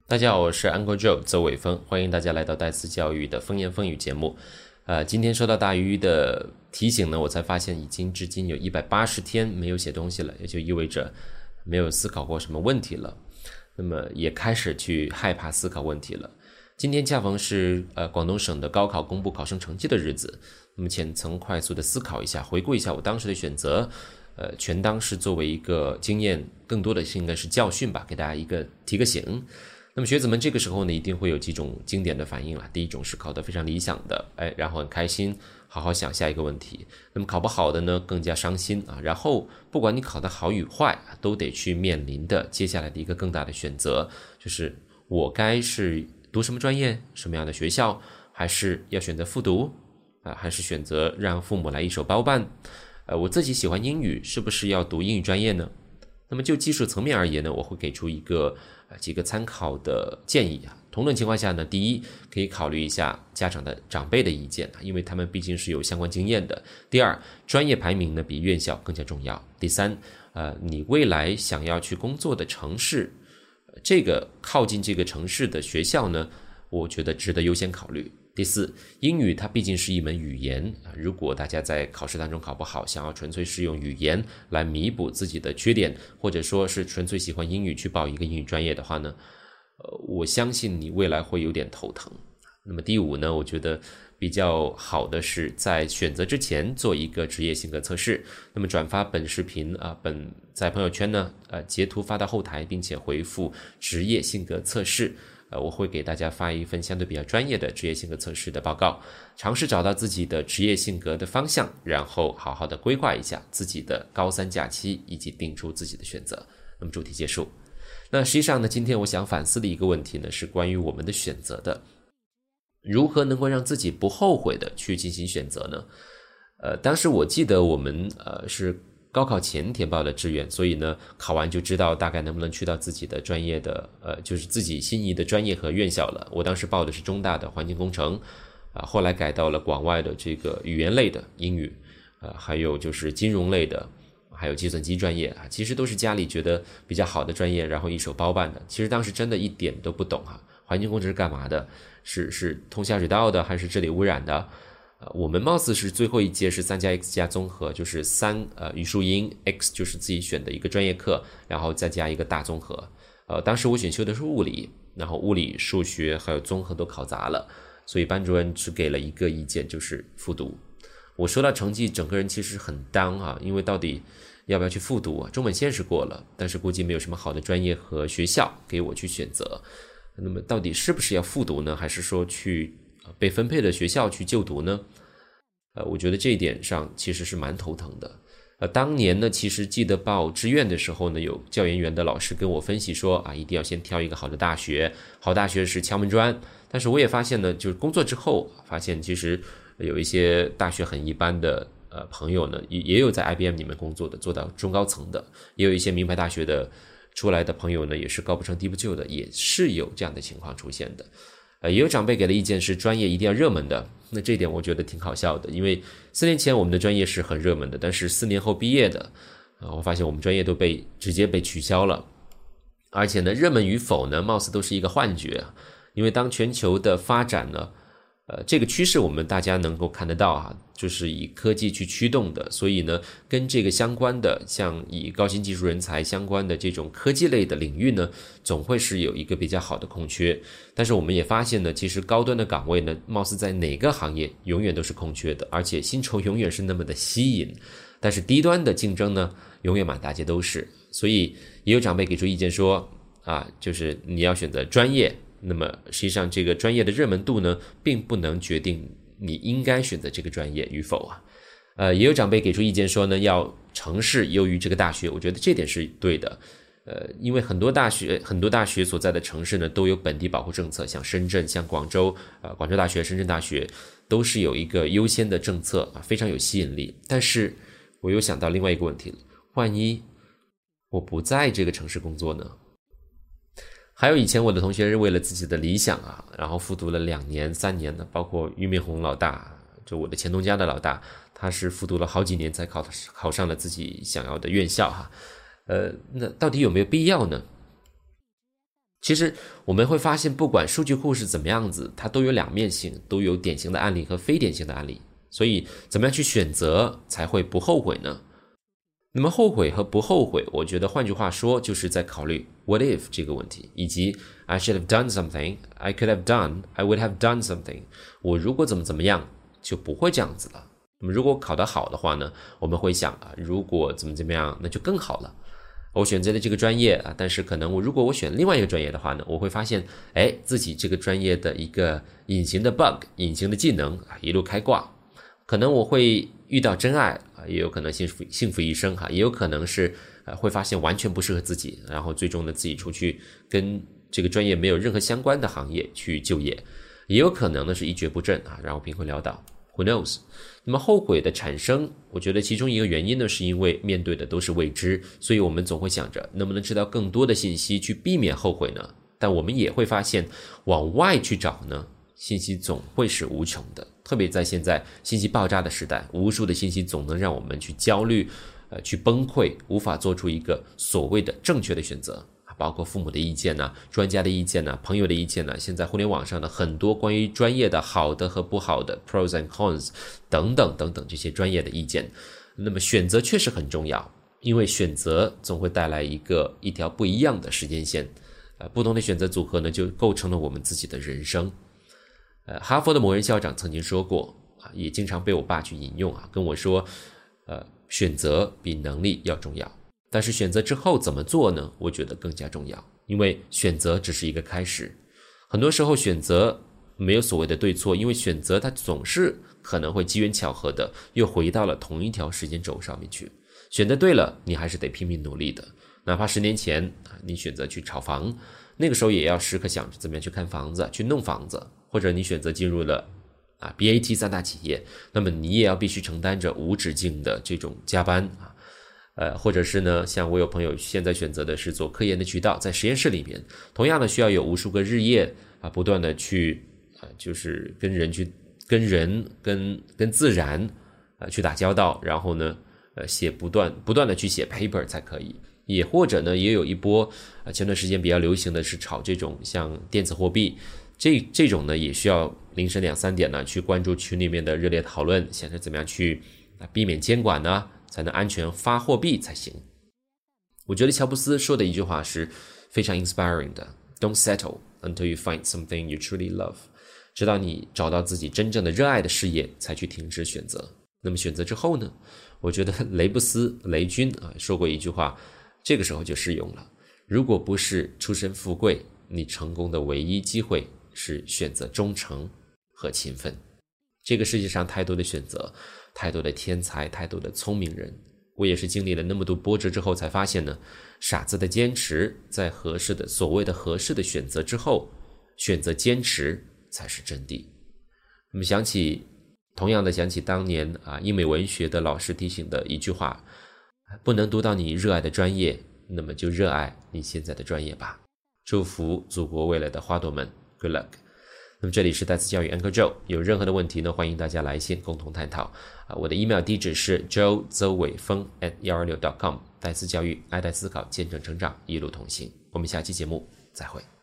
大家好，我是 Uncle Joe 邹伟峰，欢迎大家来到戴思教育的风言风语节目。今天收到大鱼的提醒呢，我才发现已经至今有180天没有写东西了，也就意味着没有思考过什么问题了。那么也开始去害怕思考问题了。今天恰逢是广东省的高考公布考生成绩的日子，那么浅层快速的思考一下，回顾一下我当时的选择，全当是作为一个经验，更多的是应该是教训吧，给大家提个醒。那么学子们这个时候呢，一定会有几种经典的反应了。第一种是考得非常理想的，然后很开心，好好想下一个问题。那么考不好的呢，更加伤心啊。然后不管你考得好与坏，都得去面临的接下来的一个更大的选择，就是我该是读什么专业，什么样的学校，还是要选择复读还是选择让父母来一手包办？我自己喜欢英语，是不是要读英语专业呢？那么就技术层面而言呢，我会给出几个参考的建议啊。同等情况下呢，第一，可以考虑一下家长的长辈的意见，因为他们毕竟是有相关经验的。第二，专业排名呢比院校更加重要。第三，你未来想要去工作的城市，这个靠近这个城市的学校呢，我觉得值得优先考虑。第四，英语它毕竟是一门语言，如果大家在考试当中考不好，想要纯粹是用语言来弥补自己的缺点，或者说是纯粹喜欢英语去报一个英语专业的话呢，我相信你未来会有点头疼。那么第五呢，我觉得比较好的是在选择之前做一个职业性格测试，那么转发本视频在朋友圈呢截图发到后台，并且回复职业性格测试，我会给大家发一份相对比较专业的职业性格测试的报告，尝试找到自己的职业性格的方向，然后好好的规划一下自己的高三假期，以及定出自己的选择。那么主题结束。那实际上呢，今天我想反思的一个问题呢，是关于我们的选择的，如何能够让自己不后悔的去进行选择呢？当时我记得我们是高考前填报的志愿，所以呢，考完就知道大概能不能去到自己的专业的就是自己心仪的专业和院校了。我当时报的是中大的环境工程，后来改到了广外的这个语言类的英语，还有就是金融类的，还有计算机专业啊，其实都是家里觉得比较好的专业，然后一手包办的。其实当时真的一点都不懂环境工程是干嘛的？是通下水道的，还是治理污染的？我们貌似是最后一届是3+X+ 综合，就是语数英 X 就是自己选的一个专业课，然后再加一个大综合。当时我选修的是物理，然后物理、数学还有综合都考砸了，所以班主任只给了一个意见，就是复读。我收到成绩，整个人其实很down因为到底要不要去复读中本线是过了，但是估计没有什么好的专业和学校给我去选择。那么到底是不是要复读呢？还是说去被分配的学校去就读呢？我觉得这一点上其实是蛮头疼的。当年呢，其实记得报志愿的时候呢，有教研员的老师跟我分析说一定要先挑一个好的大学，好大学是敲门砖。但是我也发现呢，就是工作之后发现，其实有一些大学很一般的朋友呢，也有在 IBM 里面工作的，做到中高层的，也有一些名牌大学的出来的朋友呢，也是高不成低不就的，也是有这样的情况出现的。也有长辈给的意见是专业一定要热门的，那这一点我觉得挺好笑的，因为4年前我们的专业是很热门的，但是4年后毕业的我发现我们专业都直接被取消了。而且呢，热门与否呢，貌似都是一个幻觉，因为当全球的发展呢这个趋势我们大家能够看得到就是以科技去驱动的，所以呢，跟这个相关的，像以高新技术人才相关的这种科技类的领域呢，总会是有一个比较好的空缺。但是我们也发现呢，其实高端的岗位呢，貌似在哪个行业永远都是空缺的，而且薪酬永远是那么的吸引。但是低端的竞争呢，永远满大街都是。所以也有长辈给出意见说就是你要选择专业。那么实际上这个专业的热门度呢，并不能决定你应该选择这个专业与否也有长辈给出意见说呢，要城市优于这个大学，我觉得这点是对的。因为很多大学所在的城市呢，都有本地保护政策，像深圳、像广州广州大学、深圳大学都是有一个优先的政策非常有吸引力。但是我又想到另外一个问题了，万一我不在这个城市工作呢？还有以前我的同学是为了自己的理想然后复读了2年3年的，包括俞敏洪老大，就我的前东家的老大，他是复读了好几年才考上了自己想要的院校那到底有没有必要呢？ 其实我们会发现，不管数据库是怎么样子，它都有两面性，都有典型的案例和非典型的案例。所以怎么样去选择才会不后悔呢？那么后悔和不后悔，我觉得换句话说就是在考虑 what if 这个问题，以及 I should have done something, I could have done, I would have done something。 我如果怎么样就不会这样子了。那么如果考得好的话呢，我们会想如果怎么样那就更好了。我选择了这个专业但是可能如果我选另外一个专业的话呢，我会发现自己这个专业的一个隐形的 bug， 隐形的技能一路开挂。可能我会遇到真爱也有可能幸福一生也有可能是会发现完全不适合自己，然后最终呢自己出去跟这个专业没有任何相关的行业去就业，也有可能呢是一蹶不振然后兵荒潦倒。Who knows？ 那么后悔的产生，我觉得其中一个原因呢，是因为面对的都是未知，所以我们总会想着能不能知道更多的信息去避免后悔呢？但我们也会发现，往外去找呢，信息总会是无穷的，特别在现在信息爆炸的时代，无数的信息总能让我们去焦虑，去崩溃，无法做出一个所谓的正确的选择。包括父母的意见专家的意见朋友的意见现在互联网上的很多关于专业的好的和不好的 pros and cons 等等等等这些专业的意见。那么选择确实很重要，因为选择总会带来一条不一样的时间线，不同的选择组合呢，就构成了我们自己的人生。哈佛的某任校长曾经说过也经常被我爸去引用跟我说选择比能力要重要。但是选择之后怎么做呢？我觉得更加重要，因为选择只是一个开始。很多时候选择没有所谓的对错，因为选择它总是可能会机缘巧合的又回到了同一条时间轴上面去。选择对了，你还是得拼命努力的。哪怕10年前你选择去炒房，那个时候也要时刻想着怎么样去看房子，去弄房子，或者你选择进入了BAT 3大企业，那么你也要必须承担着无止境的这种加班或者是呢，像我有朋友现在选择的是做科研的渠道，在实验室里面，同样的需要有无数个日夜不断的去就是跟人跟自然去打交道，然后呢不断的去写 paper 才可以。也或者呢，也有一波前段时间比较流行的是炒这种像电子货币，这种呢也需要凌晨2、3点呢去关注群里面的热烈讨论，想着怎么样去避免监管呢，才能安全发货币才行。我觉得乔布斯说的一句话是非常 inspiring 的， Don't settle until you find something you truly love， 直到你找到自己真正的热爱的事业才去停止选择。那么选择之后呢，我觉得雷军说过一句话，这个时候就适用了，如果不是出身富贵，你成功的唯一机会是选择忠诚和勤奋。这个世界上太多的选择，太多的天才，太多的聪明人，我也是经历了那么多波折之后才发现呢，傻子的坚持，在所谓的合适的选择之后，选择坚持才是真谛。那么同样的想起当年英美文学的老师提醒的一句话，不能读到你热爱的专业，那么就热爱你现在的专业吧。祝福祖国未来的花朵们 Good luck。那么这里是戴思教育 Uncle Joe， 有任何的问题呢，欢迎大家来信共同探讨我的 email 地址是 joe.zouwei feng@126.com。戴思教育，爱戴思考，见证成长，一路同行。我们下期节目再会。